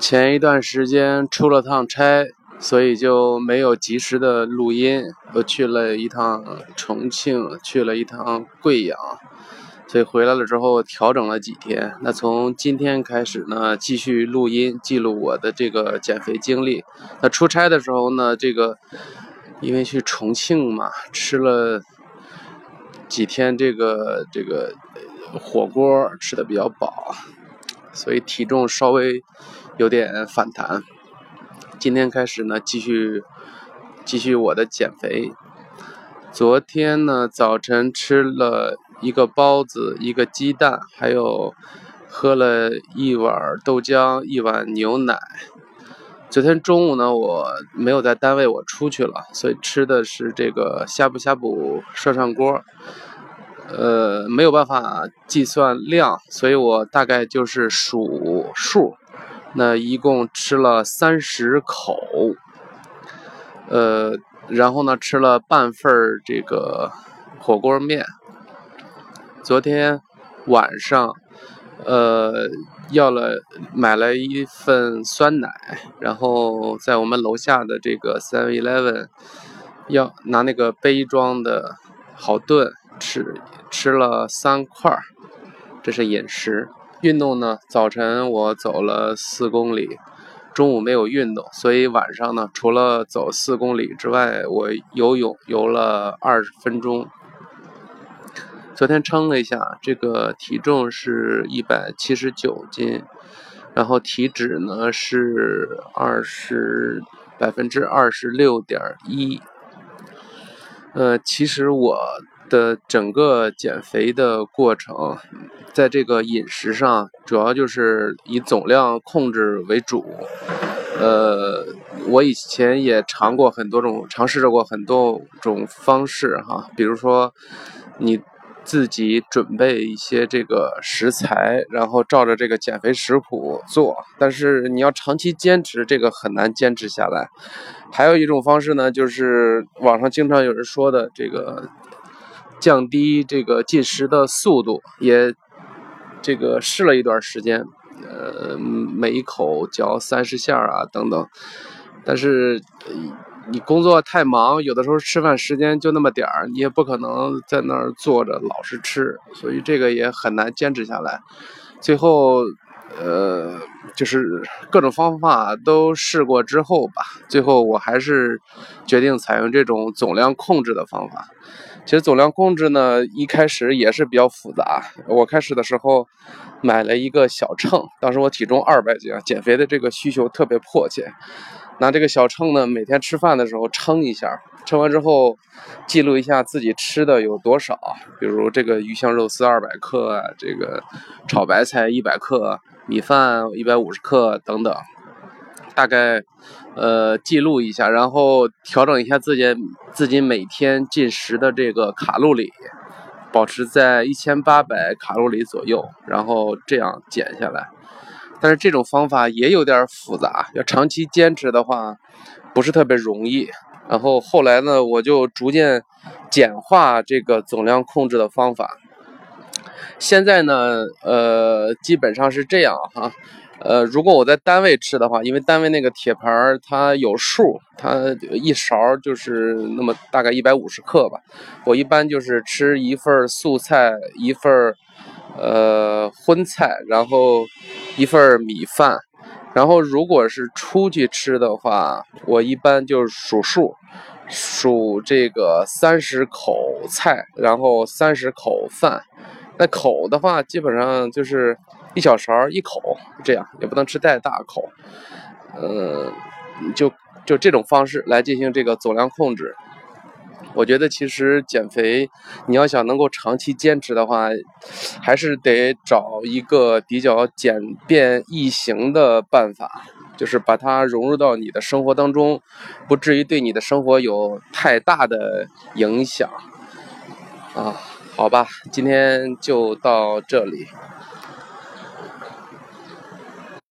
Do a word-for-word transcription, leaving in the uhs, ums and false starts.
前一段时间出了趟差，所以就没有及时的录音。我去了一趟重庆，去了一趟贵阳，所以回来了之后调整了几天。那从今天开始呢，继续录音，记录我的这个减肥经历。那出差的时候呢，这个因为去重庆嘛，吃了几天这个这个火锅，吃的比较饱，所以体重稍微有点反弹。今天开始呢，继续继续我的减肥。昨天呢，早晨吃了一个包子，一个鸡蛋，还有喝了一碗豆浆，一碗牛奶。昨天中午呢，我没有在单位，我出去了，所以吃的是这个呷哺呷哺涮涮锅。呃，没有办法计算量，所以我大概就是数数。那一共吃了三十口，呃，然后呢吃了半份这个火锅面。昨天晚上，呃，要了买了一份酸奶，然后在我们楼下的这个 seven eleven 要拿那个杯装的好炖吃，吃了三块，这是饮食。运动呢，早晨我走了四公里，中午没有运动，所以晚上呢，除了走四公里之外，我游泳游了二十分钟。昨天称了一下，这个体重是一百七十九斤，然后体脂呢是二十百分之二十六点一。呃，其实我的整个减肥的过程，在这个饮食上，主要就是以总量控制为主。呃，我以前也尝过很多种，尝试着过很多种方式哈，比如说你自己准备一些这个食材，然后照着这个减肥食谱做，但是你要长期坚持，这个很难坚持下来。还有一种方式呢，就是网上经常有人说的这个降低这个进食的速度，也这个试了一段时间，呃，每一口嚼三十下啊等等，但是你工作太忙，有的时候吃饭时间就那么点儿，你也不可能在那儿坐着老是吃，所以这个也很难坚持下来。最后呃就是各种方法都试过之后吧，最后我还是决定采用这种总量控制的方法。其实总量控制呢，一开始也是比较复杂。我开始的时候买了一个小秤，当时我体重二百斤，减肥的这个需求特别迫切。拿这个小秤呢，每天吃饭的时候称一下，称完之后记录一下自己吃的有多少，比如这个鱼香肉丝二百克啊，这个炒白菜一百克，米饭一百五十克等等，大概呃记录一下，然后调整一下自己自己每天进食的这个卡路里，保持在一千八百卡路里左右，然后这样减下来。但是这种方法也有点复杂，要长期坚持的话不是特别容易。然后后来呢，我就逐渐简化这个总量控制的方法。现在呢，呃，基本上是这样哈。呃，如果我在单位吃的话，因为单位那个铁盘它有数，它一勺就是那么大概一百五十克吧。我一般就是吃一份素菜，一份呃荤菜，然后一份米饭。然后如果是出去吃的话，我一般就数数，数这个三十口菜，然后三十口饭。那口的话，基本上就是一小勺一口，这样也不能吃太大口。呃，就就这种方式来进行这个总量控制。我觉得其实减肥，你要想能够长期坚持的话，还是得找一个比较简便易行的办法，就是把它融入到你的生活当中，不至于对你的生活有太大的影响。啊，好吧，今天就到这里。